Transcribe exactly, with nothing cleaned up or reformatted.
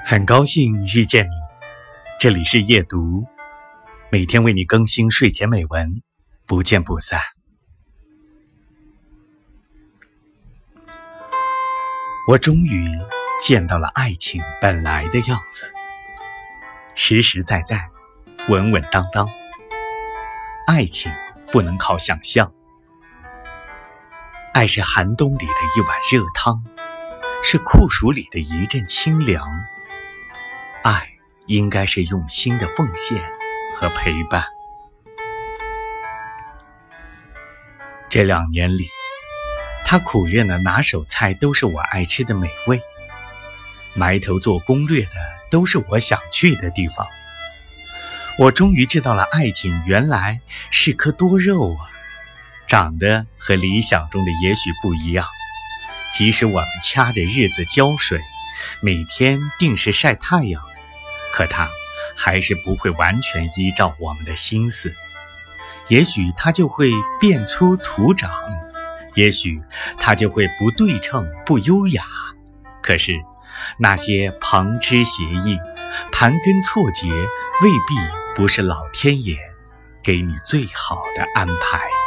很高兴遇见你，这里是夜读，每天为你更新睡前美文，不见不散。我终于见到了爱情本来的样子，实实在在，稳稳当当。爱情不能靠想象，爱是寒冬里的一碗热汤，是酷暑里的一阵清凉。爱应该是用心的奉献和陪伴。这两年里，他苦练的拿手菜都是我爱吃的美味，埋头做攻略的都是我想去的地方。我终于知道了爱情原来是颗多肉啊，长得和理想中的也许不一样。即使我们掐着日子浇水，每天定时晒太阳，可它还是不会完全依照我们的心思。也许它就会变粗徒长，也许它就会不对称不优雅。可是那些旁枝斜映、盘根错节，未必不是老天爷给你最好的安排。